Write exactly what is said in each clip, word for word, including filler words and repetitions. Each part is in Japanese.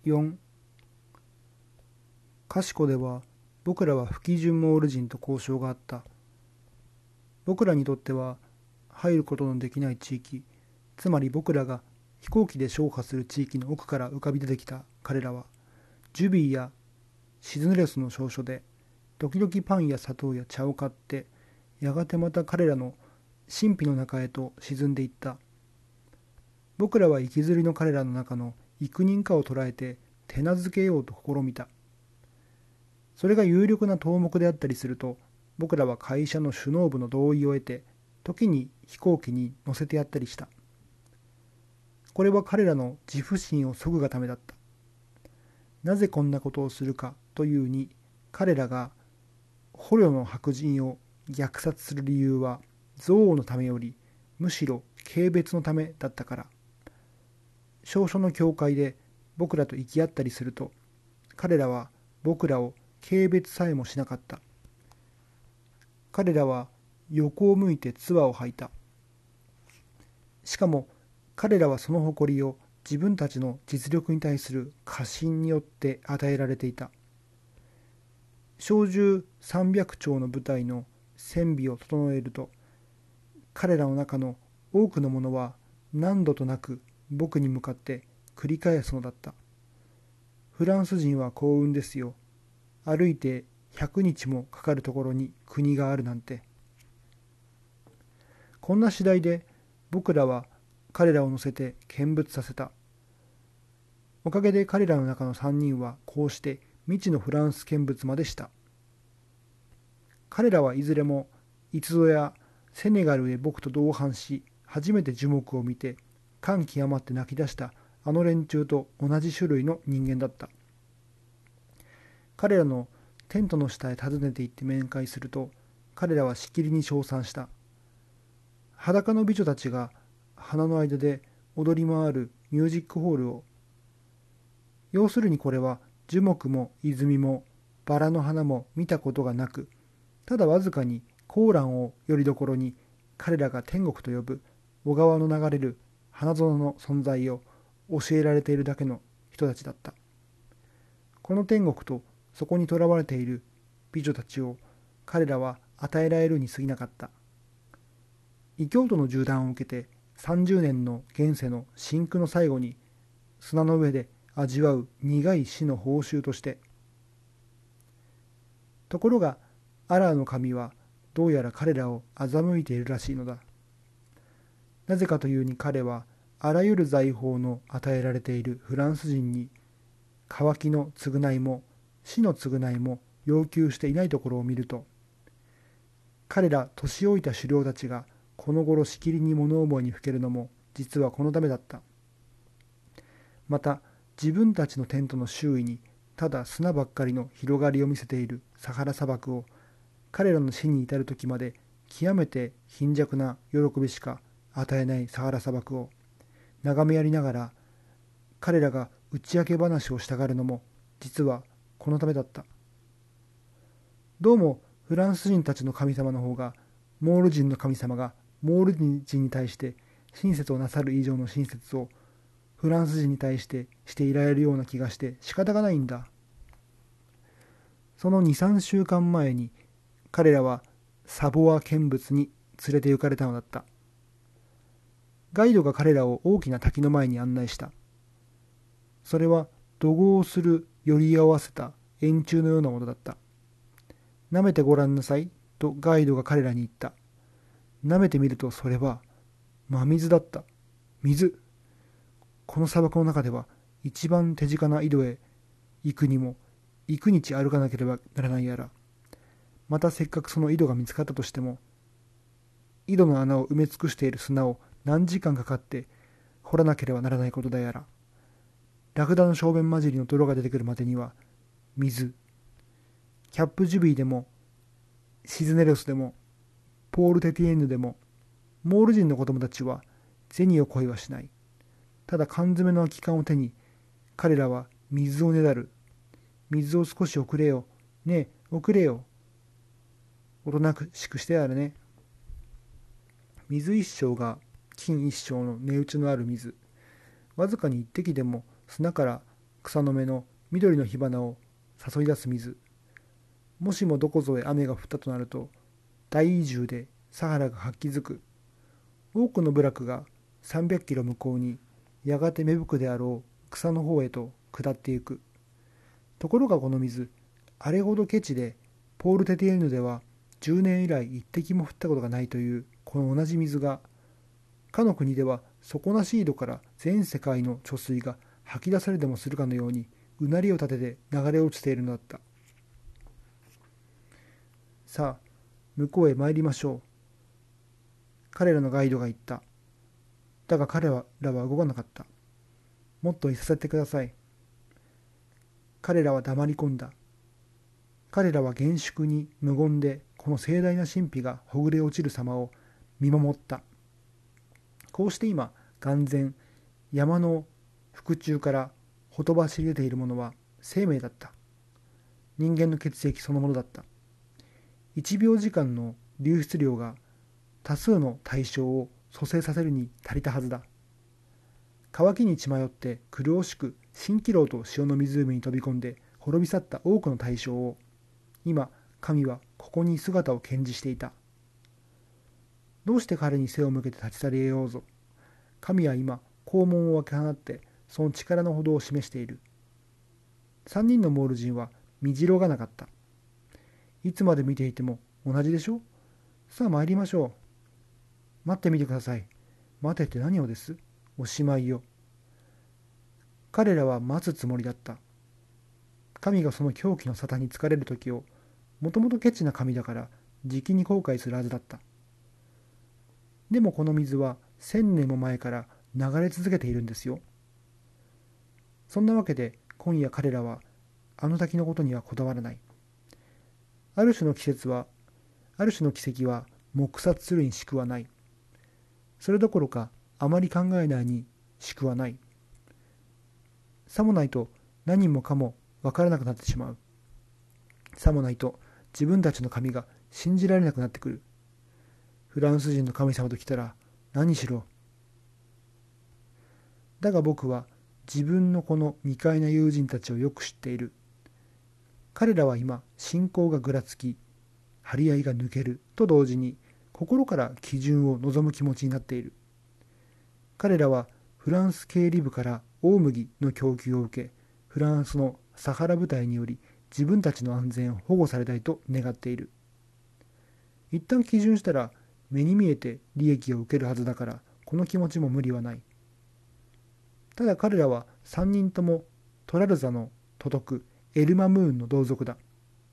よん、カシコでは僕らは不基準モール人と交渉があった。僕らにとっては入ることのできない地域、つまり僕らが飛行機で消波する地域の奥から浮かび出てきた彼らは、ジュビーやシズネレスの証書で時々パンや砂糖や茶を買って、やがてまた彼らの神秘の中へと沈んでいった。僕らは行きずりの彼らの中の幾人かを捕らえて手なずけようと試みた。それが有力な頭目であったりすると、僕らは会社の首脳部の同意を得て、時に飛行機に乗せてやったりした。これは彼らの自負心を削ぐがためだった。なぜこんなことをするかというに、彼らが捕虜の白人を虐殺する理由は憎悪のためより、むしろ軽蔑のためだったから。証書の境界で僕らと行き合ったりすると、彼らは僕らを軽蔑さえもしなかった。彼らは横を向いて唾を吐いた。しかも彼らはその誇りを自分たちの実力に対する過信によって与えられていた。小銃さんびゃくちょうの部隊の戦備を整えると、彼らの中の多くの者は何度となく僕に向かって繰り返すのだった。フランス人は幸運ですよ。歩いてひゃくにちもかかるところに国があるなんて。こんな次第で僕らは彼らを乗せて見物させた。おかげで彼らの中のさんにんはこうして未知のフランス見物までした。彼らはいずれもイツドやセネガルへ僕と同伴し、初めて樹木を見て感極まって泣き出したあの連中と同じ種類の人間だった。彼らのテントの下へ訪ねて行って面会すると、彼らはしきりに称賛した。裸の美女たちが花の間で踊り回るミュージックホールを。要するにこれは樹木も泉もバラの花も見たことがなく、ただわずかにコーランをよりどころに彼らが天国と呼ぶ小川の流れる花園の存在を教えられているだけの人たちだった。この天国とそこに囚われている美女たちを彼らは与えられるに過ぎなかった。異教徒の銃弾を受けてさんじゅうねんの現世の真空の最後に砂の上で味わう苦い死の報酬として。ところがアラーの神はどうやら彼らを欺いているらしいのだ。なぜかというに彼はあらゆる財宝の与えられているフランス人に渇きの償いも死の償いも要求していないところを見ると、彼ら年老いた首領たちがこの頃しきりに物思いにふけるのも実はこのためだった。また自分たちのテントの周囲にただ砂ばっかりの広がりを見せているサハラ砂漠を、彼らの死に至る時まで極めて貧弱な喜びしか与えないサハラ砂漠を眺めやりながら、彼らが打ち明け話をしたがるのも実はこのためだった。どうもフランス人たちの神様の方がモール人の神様がモール人に対して親切をなさる以上の親切をフランス人に対してしていられるような気がして仕方がないんだ。その にさんしゅうかんまえに彼らはサボア見物に連れて行かれたのだった。ガイドが彼らを大きな滝の前に案内した。それは怒号をするより合わせた円柱のようなものだった。舐めてごらんなさいとガイドが彼らに言った。舐めてみるとそれは真水だった。水。この砂漠の中では一番手近な井戸へ行くにも幾日歩かなければならないやら、またせっかくその井戸が見つかったとしても、井戸の穴を埋め尽くしている砂を何時間かかって掘らなければならないことだやら、ラクダの小便混じりの泥が出てくるまでには水。キャップジュビーでもシズネロスでもポール・テティエンヌでもモール人の子供たちは銭を恋はしない。ただ缶詰の空き缶を手に彼らは水をねだる。水を少し送れよ。ねえ送れよ。おとなしくしてやるね。水一升が金一升の値打ちのある水。わずかに一滴でも砂から草の芽の緑の火花を誘い出す水。もしもどこぞへ雨が降ったとなると、大移住でサハラが活気づく。多くの部落がさんびゃくキロ向こうにやがて芽吹くであろう草の方へと下っていく。ところがこの水、あれほどケチで、ポール・テティエンヌではじゅうねん以来一滴も降ったことがないというこの同じ水が、かの国では底なし井戸から全世界の貯水が吐き出されでもするかのようにうなりを立てて流れ落ちているのだった。さあ、向こうへ参りましょう。彼らのガイドが言った。だが彼らは動かなかった。もっといさせてください。彼らは黙り込んだ。彼らは厳粛に無言でこの盛大な神秘がほぐれ落ちる様を見守った。こうして今、眼前、山の腹中からほとばしり出ているものは生命だった。人間の血液そのものだった。一秒時間の流出量が多数の対象を蘇生させるに足りたはずだ。乾きに血迷って苦しく蜃気楼と潮の湖に飛び込んで滅び去った多くの対象を、今神はここに姿を堅持していた。どうして彼に背を向けて立ち去り得ようぞ。神は今肛門を開け放ってその力のほどを示している。三人のモール人は見白がなかった。いつまで見ていても同じでしょ。さあ参りましょう。待ってみてください。待てって何をです。おしまいよ。彼らは待つつもりだった。神がその狂気の沙汰に疲れる時を、もともとケチな神だからじきに後悔するはずだった。でもこの水は千年も前から流れ続けているんですよ。そんなわけで今夜彼らはあの滝のことにはこだわらない。ある種の季節は、ある種の奇跡は黙殺するにしくはない。それどころかあまり考えないにしくはない。さもないと何もかもわからなくなってしまう。さもないと自分たちの神が信じられなくなってくる。フランス人の神様と来たら何しろ。だが僕は自分のこの未開な友人たちをよく知っている。彼らは今信仰がぐらつき、張り合いが抜けると同時に心から基準を望む気持ちになっている。彼らはフランス経理部から大麦の供給を受け、フランスのサハラ部隊により自分たちの安全を保護されたいと願っている。一旦基準したら目に見えて利益を受けるはずだから、この気持ちも無理はない。ただ彼らは三人ともトラルザの都督エルマムーンの同族だ。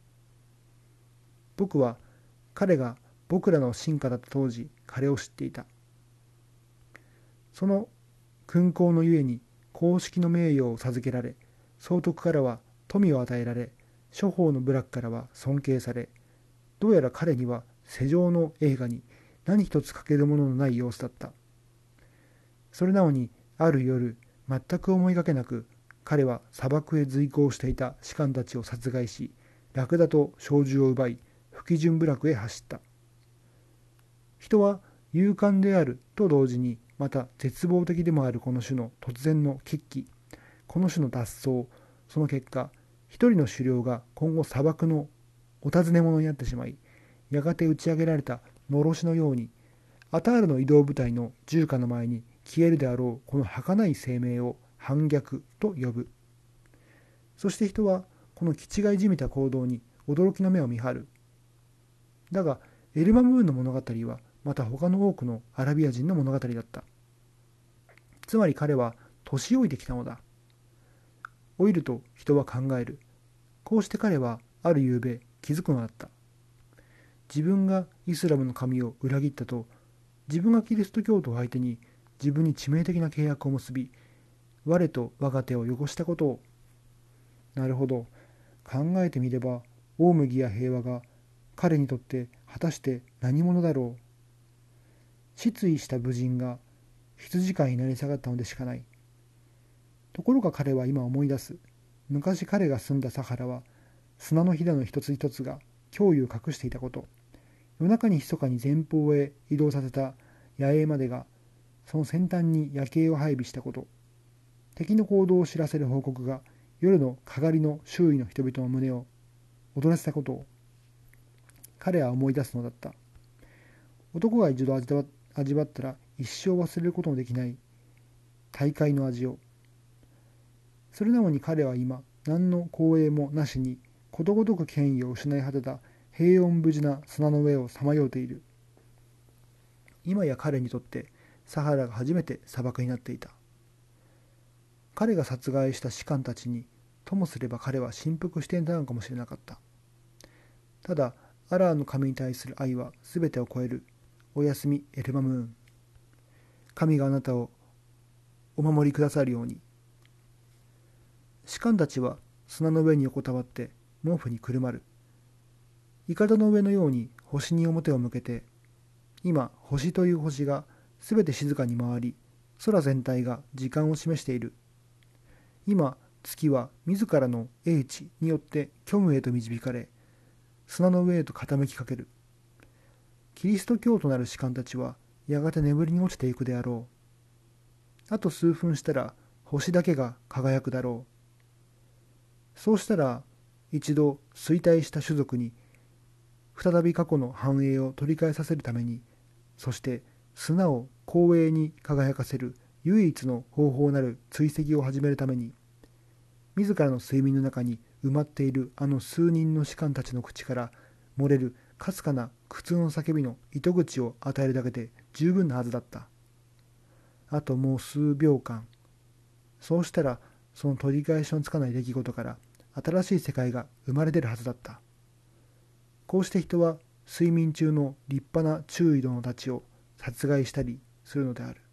僕は彼が僕らの臣下だった当時、彼を知っていた。その勲功のゆえに公式の名誉を授けられ、総督からは富を与えられ、諸方の部落からは尊敬され、どうやら彼には世上の映画に何一つ欠けるもののない様子だった。それなのにある夜、全く思いがけなく彼は砂漠へ随行していた士官たちを殺害し、ラクダと小銃を奪い不基準部落へ走った。人は勇敢であると同時にまた絶望的でもあるこの種の突然の決起、この種の脱走、その結果一人の狩猟が今後砂漠のお尋ね者になってしまい、やがて打ち上げられたのろしのようにアタールの移動部隊の銃火の前に消えるであろうこの儚い生命を反逆と呼ぶ。そして人はこの気違いじみた行動に驚きの目を見張る。だがエルマムーンの物語はまた他の多くのアラビア人の物語だった。つまり彼は年老いてきたのだ。老いると人は考える。こうして彼はある夕べ気づくのだった。自分がイスラムの神を裏切ったと、自分がキリスト教徒を相手に自分に致命的な契約を結び、我と我が手を汚したことを。なるほど。考えてみれば大麦や平和が彼にとって果たして何者だろう。失意した武人が羊飼いになり下がったのでしかない。ところが彼は今思い出す。昔彼が住んだサハラは砂のひだの一つ一つが脅威を隠していたこと。夜中に密かに前方へ移動させた野営までがその先端に夜景を配備したこと。敵の行動を知らせる報告が夜のかがりの周囲の人々の胸を躍らせたことを彼は思い出すのだった。男が一度味わ味わったら一生忘れることのできない大海の味を。それなのに彼は今何の光栄もなしにことごとく権威を失い果てた平穏無事な砂の上をさまようている。今や彼にとってサハラが初めて砂漠になっていた。彼が殺害した士官たちにともすれば彼は振幅していたのかもしれなかった。ただアラーの神に対する愛は全てを超える。おやすみエルマムーン。神があなたをお守りくださるように。士官たちは砂の上に横たわって毛布にくるまる。いかだの上のように星に表を向けて、今星という星がすべて静かに回り、空全体が時間を示している。今月は自らの英知によって虚無へと導かれ、砂の上へと傾きかける。キリスト教となる士官たちはやがて眠りに落ちていくであろう。あと数分したら星だけが輝くだろう。そうしたら一度衰退した種族に再び過去の繁栄を取り返させるために、そして砂を光栄に輝かせる唯一の方法なる追跡を始めるために、自らの睡眠の中に埋まっているあの数人の士官たちの口から漏れるかすかな苦痛の叫びの糸口を与えるだけで十分なはずだった。あともう数秒間。そうしたらその取り返しのつかない出来事から新しい世界が生まれ出るはずだった。こうして人は睡眠中の立派な中尉殿たちを殺害したりするのである。